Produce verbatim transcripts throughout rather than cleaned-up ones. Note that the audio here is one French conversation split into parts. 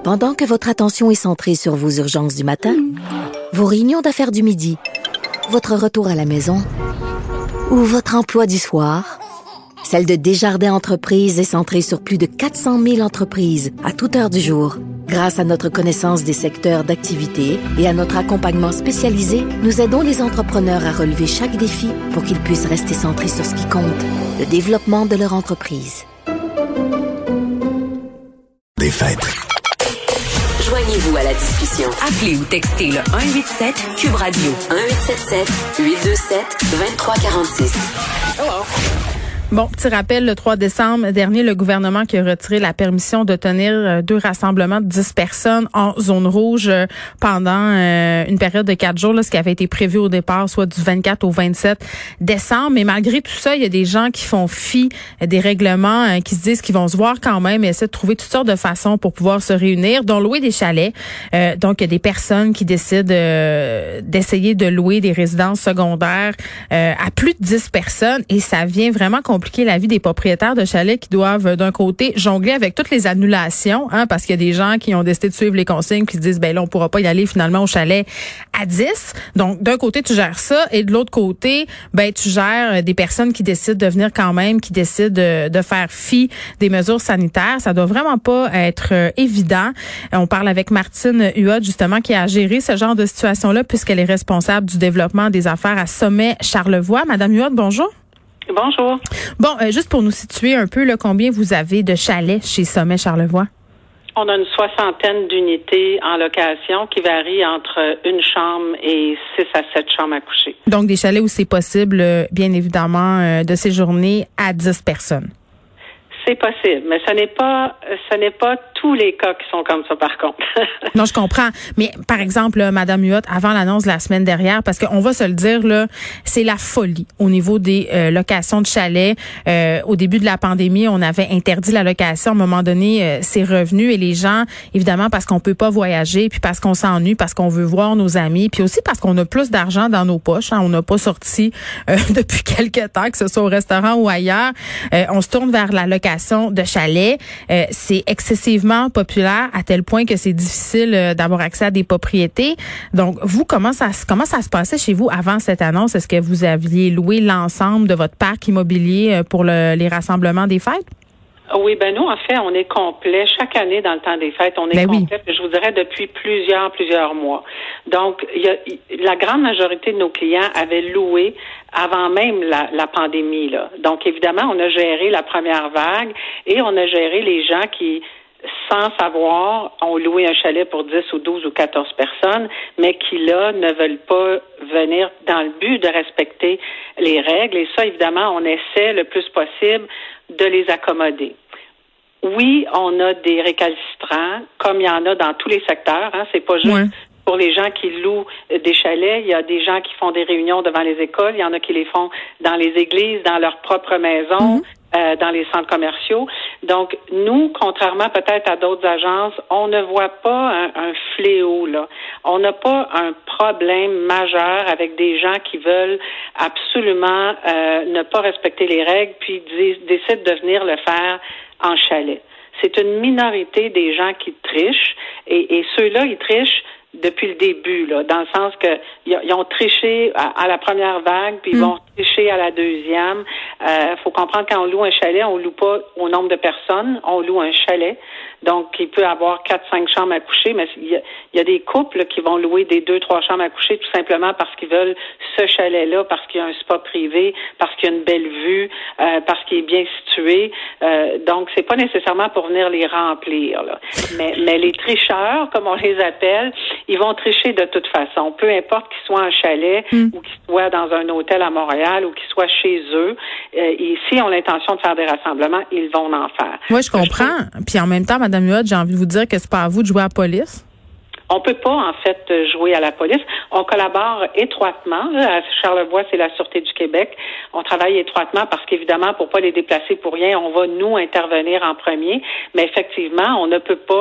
Pendant que votre attention est centrée sur vos urgences du matin, vos réunions d'affaires du midi, votre retour à la maison ou votre emploi du soir, celle de Desjardins Entreprises est centrée sur plus de quatre cent mille entreprises à toute heure du jour. Grâce à notre connaissance des secteurs d'activité et à notre accompagnement spécialisé, nous aidons les entrepreneurs à relever chaque défi pour qu'ils puissent rester centrés sur ce qui compte, le développement de leur entreprise. Des fêtes. Joignez-vous à la discussion. Appelez ou textez le un huit sept Cube Radio un huit sept sept huit deux sept deux trois quatre six. Hello. Bon, petit rappel, le trois décembre dernier, le gouvernement qui a retiré la permission de tenir deux rassemblements de dix personnes en zone rouge pendant euh, une période de quatre jours, là, ce qui avait été prévu au départ, soit du vingt-quatre au vingt-sept décembre. Mais malgré tout ça, il y a des gens qui font fi des règlements, euh, qui se disent qu'ils vont se voir quand même et essaient de trouver toutes sortes de façons pour pouvoir se réunir, dont louer des chalets. Euh, donc, il y a des personnes qui décident euh, d'essayer de louer des résidences secondaires euh, à plus de dix personnes et ça vient vraiment compliquer la vie des propriétaires de chalets qui doivent, d'un côté, jongler avec toutes les annulations, hein, parce qu'il y a des gens qui ont décidé de suivre les consignes puis se disent, ben là, on pourra pas y aller finalement au chalet à dix. Donc, d'un côté, tu gères ça et de l'autre côté, ben tu gères des personnes qui décident de venir quand même, qui décident de, de faire fi des mesures sanitaires. Ça doit vraiment pas être euh, évident. On parle avec Martine Huot, justement, qui a géré ce genre de situation-là puisqu'elle est responsable du développement des affaires à Sommet Charlevoix. Madame Huot, bonjour. Bonjour. Bon, euh, juste pour nous situer un peu, là, combien vous avez de chalets chez Sommet Charlevoix? On a une soixantaine d'unités en location qui varient entre une chambre et six à sept chambres à coucher. Donc, des chalets où c'est possible, euh, bien évidemment, euh, de séjourner à dix personnes. C'est possible, mais ce n'est pas ce n'est pas tous les cas qui sont comme ça, par contre. Non, je comprends. Mais par exemple, là, Madame Huot, avant l'annonce de la semaine dernière, parce qu'on va se le dire, là, c'est la folie au niveau des euh, locations de chalets. Euh, au début de la pandémie, on avait interdit la location. À un moment donné, euh, c'est revenu et les gens, évidemment, parce qu'on peut pas voyager, puis parce qu'on s'ennuie, parce qu'on veut voir nos amis, puis aussi parce qu'on a plus d'argent dans nos poches. Hein, on n'a pas sorti euh, depuis quelques temps, que ce soit au restaurant ou ailleurs. Euh, on se tourne vers la location de chalets. Euh, c'est excessivement populaire à tel point que c'est difficile euh, d'avoir accès à des propriétés. Donc, vous, comment ça, comment ça se passait chez vous avant cette annonce? Est-ce que vous aviez loué l'ensemble de votre parc immobilier pour le, les rassemblements des fêtes? Oui, ben nous, en fait, on est complet. Chaque année, dans le temps des fêtes, on est ben complet, oui. Je vous dirais, depuis plusieurs, plusieurs mois. Donc, il y a, la grande majorité de nos clients avaient loué avant même la, la pandémie, là. Donc, évidemment, on a géré la première vague et on a géré les gens qui, sans savoir, ont loué un chalet pour dix ou douze ou quatorze personnes, mais qui, là, ne veulent pas venir dans le but de respecter les règles. Et ça, évidemment, on essaie le plus possible de les accommoder. Oui, on a des récalcitrants, comme il y en a dans tous les secteurs. Hein, c'est pas juste ouais. Pour les gens qui louent des chalets. Il y a des gens qui font des réunions devant les écoles. Il y en a qui les font dans les églises, dans leur propre maison, mm-hmm. euh, dans les centres commerciaux. Donc, nous, contrairement peut-être à d'autres agences, on ne voit pas un, un fléau, là. On n'a pas un problème majeur avec des gens qui veulent absolument euh, ne pas respecter les règles puis d- décident de venir le faire en chalet. C'est une minorité des gens qui trichent et, et ceux-là, ils trichent depuis le début, là, dans le sens que ils ont triché à, à la première vague, puis ils vont tricher à la deuxième. Euh, faut comprendre quand on loue un chalet, on loue pas au nombre de personnes, on loue un chalet. Donc, il peut avoir quatre, cinq chambres à coucher, mais il y a, il y a des couples là, qui vont louer des deux, trois chambres à coucher tout simplement parce qu'ils veulent ce chalet-là, parce qu'il y a un spa privé, parce qu'il y a une belle vue, euh, parce qu'il est bien situé. Euh, donc, c'est pas nécessairement pour venir les remplir, là. Mais, mais les tricheurs, comme on les appelle, ils vont tricher de toute façon. Peu importe qu'ils soient en chalet mm. ou qu'ils soient dans un hôtel à Montréal ou qu'ils soient chez eux. Euh, et s'ils ont l'intention de faire des rassemblements, ils vont en faire. Oui, je comprends. Je trouve... Puis en même temps, Mme Huot, j'ai envie de vous dire que c'est pas à vous de jouer à la police. On peut pas, en fait, jouer à la police. On collabore étroitement. Là, à Charlevoix, c'est la Sûreté du Québec. On travaille étroitement parce qu'évidemment, pour pas les déplacer pour rien, on va, nous, intervenir en premier. Mais effectivement, on ne peut pas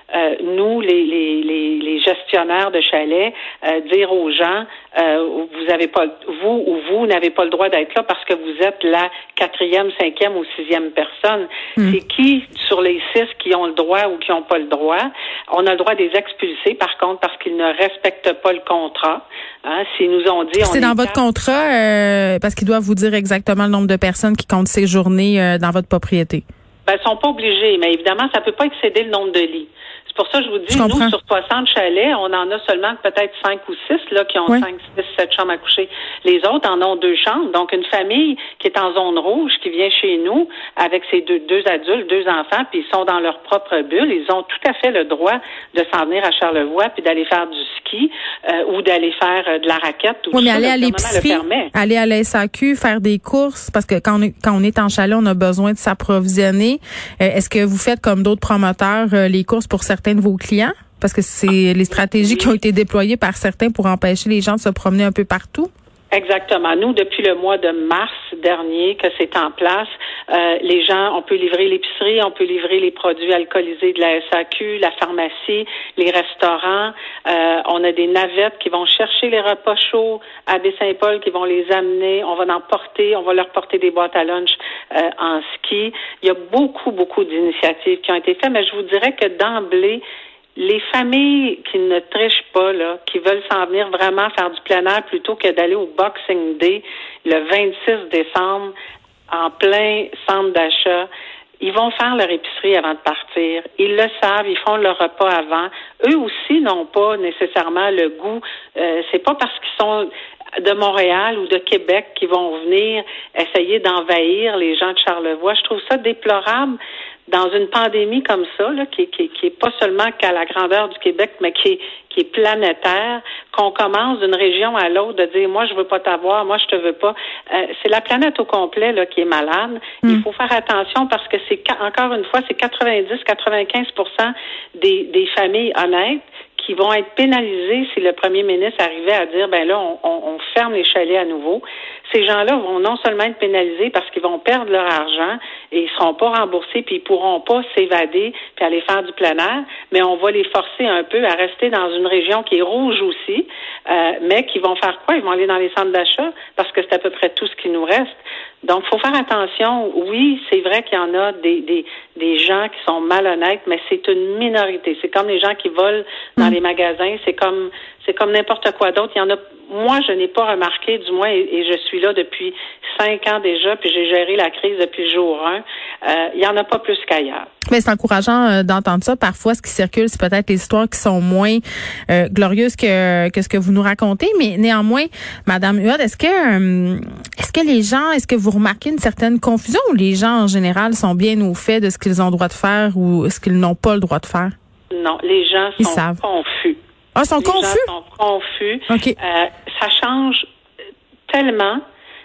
euh, nous, les, les, les, les gestionnaires de chalets, euh, dire aux gens, euh, vous avez pas, vous ou vous n'avez pas le droit d'être là parce que vous êtes la quatrième, cinquième ou sixième personne. Mmh. C'est qui sur les six qui ont le droit ou qui n'ont pas le droit? On a le droit de les expulser, par contre, parce qu'ils ne respectent pas le contrat. Hein, s'ils nous ont dit... C'est on dans est votre quatre... contrat, euh, parce qu'ils doivent vous dire exactement le nombre de personnes qui comptent séjourner euh, dans votre propriété. Ben, ils sont pas obligés, mais évidemment, ça peut pas excéder le nombre de lits. C'est pour ça que je vous dis, je nous, sur soixante chalets, on en a seulement peut-être cinq ou six là qui ont oui. cinq, six, sept chambres à coucher. Les autres en ont deux chambres. Donc, une famille qui est en zone rouge, qui vient chez nous avec ses deux, deux adultes, deux enfants, puis ils sont dans leur propre bulle, ils ont tout à fait le droit de s'en venir à Charlevoix puis d'aller faire du ski euh, ou d'aller faire euh, de la raquette. Tout oui, mais ça, aller à l'épicerie, aller à la S A Q, faire des courses, parce que quand on est, quand on est en chalet, on a besoin de s'approvisionner. Euh, est-ce que vous faites comme d'autres promoteurs euh, les courses pour certains de vos clients? Parce que c'est les stratégies oui. qui ont été déployées par certains pour empêcher les gens de se promener un peu partout. Exactement. Nous, depuis le mois de mars dernier que c'est en place, euh, les gens, on peut livrer l'épicerie, on peut livrer les produits alcoolisés de la S A Q, la pharmacie, les restaurants. Euh, on a des navettes qui vont chercher les repas chauds à Baie-Saint-Paul, qui vont les amener. On va en porter, on va leur porter des boîtes à lunch euh, en ski. Il y a beaucoup, beaucoup d'initiatives qui ont été faites, mais je vous dirais que d'emblée, les familles qui ne trichent pas, là, qui veulent s'en venir vraiment faire du plein air plutôt que d'aller au Boxing Day le vingt-six décembre en plein centre d'achat, ils vont faire leur épicerie avant de partir. Ils le savent, ils font leur repas avant. Eux aussi n'ont pas nécessairement le goût. Euh, c'est pas parce qu'ils sont de Montréal ou de Québec qui vont venir essayer d'envahir les gens de Charlevoix. Je trouve ça déplorable. Dans une pandémie comme ça, là, qui, qui, qui est pas seulement qu'à la grandeur du Québec, mais qui est, qui est planétaire, qu'on commence d'une région à l'autre de dire, moi, je veux pas t'avoir, moi, je te veux pas. Euh, c'est la planète au complet, là, qui est malade. Mm. Il faut faire attention parce que c'est, encore une fois, c'est quatre-vingt-dix à quatre-vingt-quinze pour cent des, des familles honnêtes qui vont être pénalisés si le premier ministre arrivait à dire, ben là, on, on, on ferme les chalets à nouveau. Ces gens-là vont non seulement être pénalisés parce qu'ils vont perdre leur argent et ils seront pas remboursés puis ils pourront pas s'évader puis aller faire du plein air, mais on va les forcer un peu à rester dans une région qui est rouge aussi, euh, mais qui vont faire quoi? Ils vont aller dans les centres d'achat parce que c'est à peu près tout ce qui nous reste. Donc, il faut faire attention. Oui, c'est vrai qu'il y en a des, des, des gens qui sont malhonnêtes, mais c'est une minorité. C'est comme les gens qui volent dans mmh. les magasins. C'est comme c'est comme n'importe quoi d'autre. Il y en a. Moi, je n'ai pas remarqué, du moins, et, et je suis là depuis cinq ans déjà, puis j'ai géré la crise depuis le jour un. Euh, il y en a pas plus qu'ailleurs. Mais c'est encourageant euh, d'entendre ça. Parfois, ce qui circule, c'est peut-être les histoires qui sont moins euh, glorieuses que que ce que vous nous racontez. Mais néanmoins, Madame Huot, est-ce que euh, est-ce que les gens, est-ce que vous remarquez une certaine confusion ou les gens en général sont bien au fait de ce qu'ils ont le droit de faire ou ce qu'ils n'ont pas le droit de faire? Non, les gens Ils sont savent. confus. Ah, ils sont les confus? gens sont confus. Okay. Euh, ça change tellement,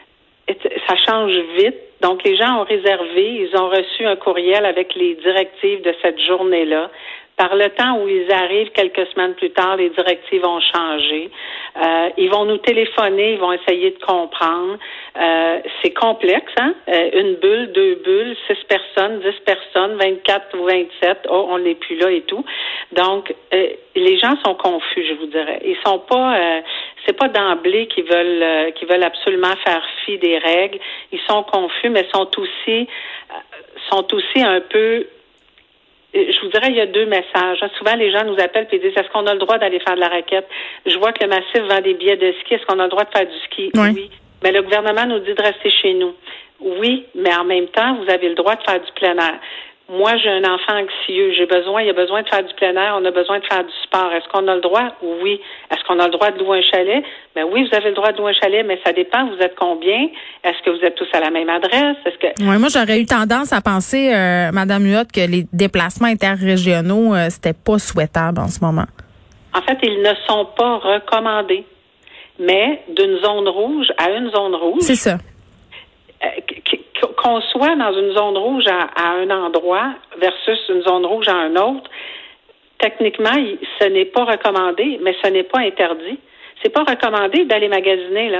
ça change vite. Donc, les gens ont réservé, ils ont reçu un courriel avec les directives de cette journée-là. Par le temps où ils arrivent, quelques semaines plus tard, les directives ont changé. Euh, ils vont nous téléphoner, ils vont essayer de comprendre. Euh, c'est complexe, hein? Euh, une bulle, deux bulles, six personnes, dix personnes, vingt-quatre ou vingt-sept. Oh, on n'est plus là et tout. Donc, euh, les gens sont confus, je vous dirais. Ils sont pas, euh, c'est pas d'emblée qu'ils veulent, euh, qu'ils veulent absolument faire fi des règles. Ils sont confus, mais sont aussi, euh, sont aussi un peu. Je vous dirais, il y a deux messages. Souvent, les gens nous appellent et disent, est-ce qu'on a le droit d'aller faire de la raquette? Je vois que le Massif vend des billets de ski. Est-ce qu'on a le droit de faire du ski? Oui. Oui. Mais le gouvernement nous dit de rester chez nous. Oui, mais en même temps, vous avez le droit de faire du plein air. Moi, j'ai un enfant anxieux. J'ai besoin, il a besoin de faire du plein air. On a besoin de faire du sport. Est-ce qu'on a le droit? Oui. Est-ce qu'on a le droit de louer un chalet? Ben oui, vous avez le droit de louer un chalet, mais ça dépend. Vous êtes combien? Est-ce que vous êtes tous à la même adresse? Est-ce que... Oui, moi, j'aurais eu tendance à penser, euh, Madame Huot, que les déplacements interrégionaux, euh, c'était pas souhaitable en ce moment. En fait, ils ne sont pas recommandés. Mais d'une zone rouge à une zone rouge. C'est ça. Euh, qu'on soit dans une zone rouge à, à un endroit versus une zone rouge à un autre, techniquement, ce n'est pas recommandé, mais ce n'est pas interdit. C'est pas recommandé d'aller magasiner, là.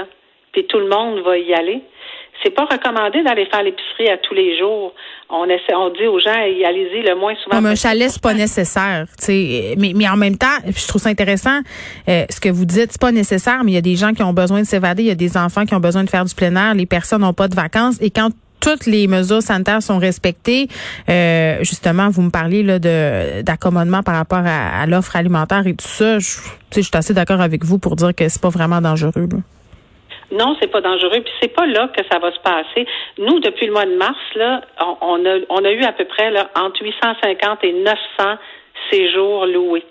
puis tout le monde va y aller. C'est pas recommandé d'aller faire l'épicerie à tous les jours. On essaie, on dit aux gens, allez-y le moins souvent. Comme un chalet, c'est pas nécessaire, tu sais. Mais, mais en même temps, je trouve ça intéressant, euh, ce que vous dites, c'est pas nécessaire, mais il y a des gens qui ont besoin de s'évader, il y a des enfants qui ont besoin de faire du plein air, les personnes n'ont pas de vacances, et quand toutes les mesures sanitaires sont respectées, euh, justement, vous me parliez là de d'accommodement par rapport à, à l'offre alimentaire et tout ça. Je, tu sais, je suis assez d'accord avec vous pour dire que c'est pas vraiment dangereux, là. Non, c'est pas dangereux, puis c'est pas là que ça va se passer. Nous, depuis le mois de mars, là, on, on a on a eu à peu près là entre huit cent cinquante et neuf cents séjours loués.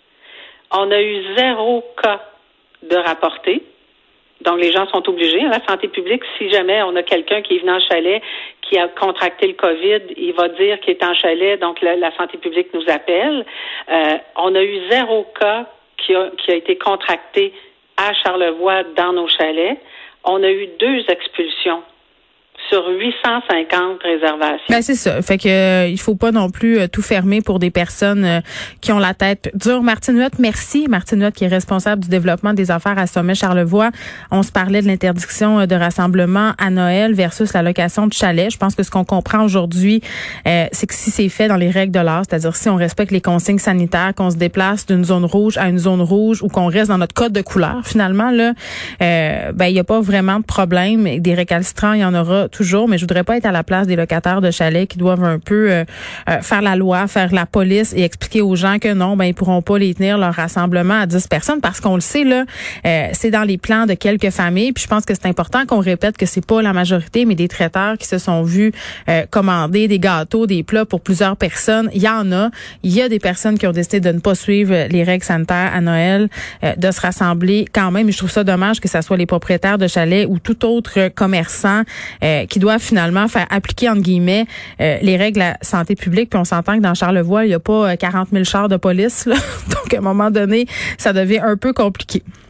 On a eu zéro cas de rapporté. Donc, les gens sont obligés, hein, la santé publique, si jamais on a quelqu'un qui est venu en chalet, qui a contracté le COVID, il va dire qu'il est en chalet, donc la, la santé publique nous appelle. Euh, on a eu zéro cas qui a, qui a été contracté à Charlevoix dans nos chalets. On a eu deux expulsions sur huit cent cinquante réservations. Ben c'est ça. Fait que euh, il faut pas non plus euh, tout fermer pour des personnes euh, qui ont la tête dure. Martine Huot, merci. Martine Huot qui est responsable du développement des affaires à Sommet Charlevoix. On se parlait de l'interdiction euh, de rassemblement à Noël versus la location de chalet. Je pense que ce qu'on comprend aujourd'hui, euh, c'est que si c'est fait dans les règles de l'art, c'est-à-dire si on respecte les consignes sanitaires, qu'on se déplace d'une zone rouge à une zone rouge ou qu'on reste dans notre code de couleur, finalement là, euh, ben il y a pas vraiment de problème. Des récalcitrants, il y en aura toujours, mais je voudrais pas être à la place des locataires de chalets qui doivent un peu euh, euh, faire la loi, faire la police et expliquer aux gens que non, ben ils pourront pas les tenir leur rassemblement à dix personnes parce qu'on le sait là, euh, c'est dans les plans de quelques familles. Puis je pense que c'est important qu'on répète que c'est pas la majorité, mais des traiteurs qui se sont vus euh, commander des gâteaux, des plats pour plusieurs personnes. Il y en a. Il y a des personnes qui ont décidé de ne pas suivre les règles sanitaires à Noël, euh, de se rassembler quand même. Et je trouve ça dommage que ça soit les propriétaires de chalets ou tout autre commerçant euh, qui doivent finalement faire appliquer, entre guillemets, euh, les règles de la santé publique. Puis on s'entend que dans Charlevoix, il n'y a pas quarante mille chars de police, là. Donc, à un moment donné, ça devient un peu compliqué.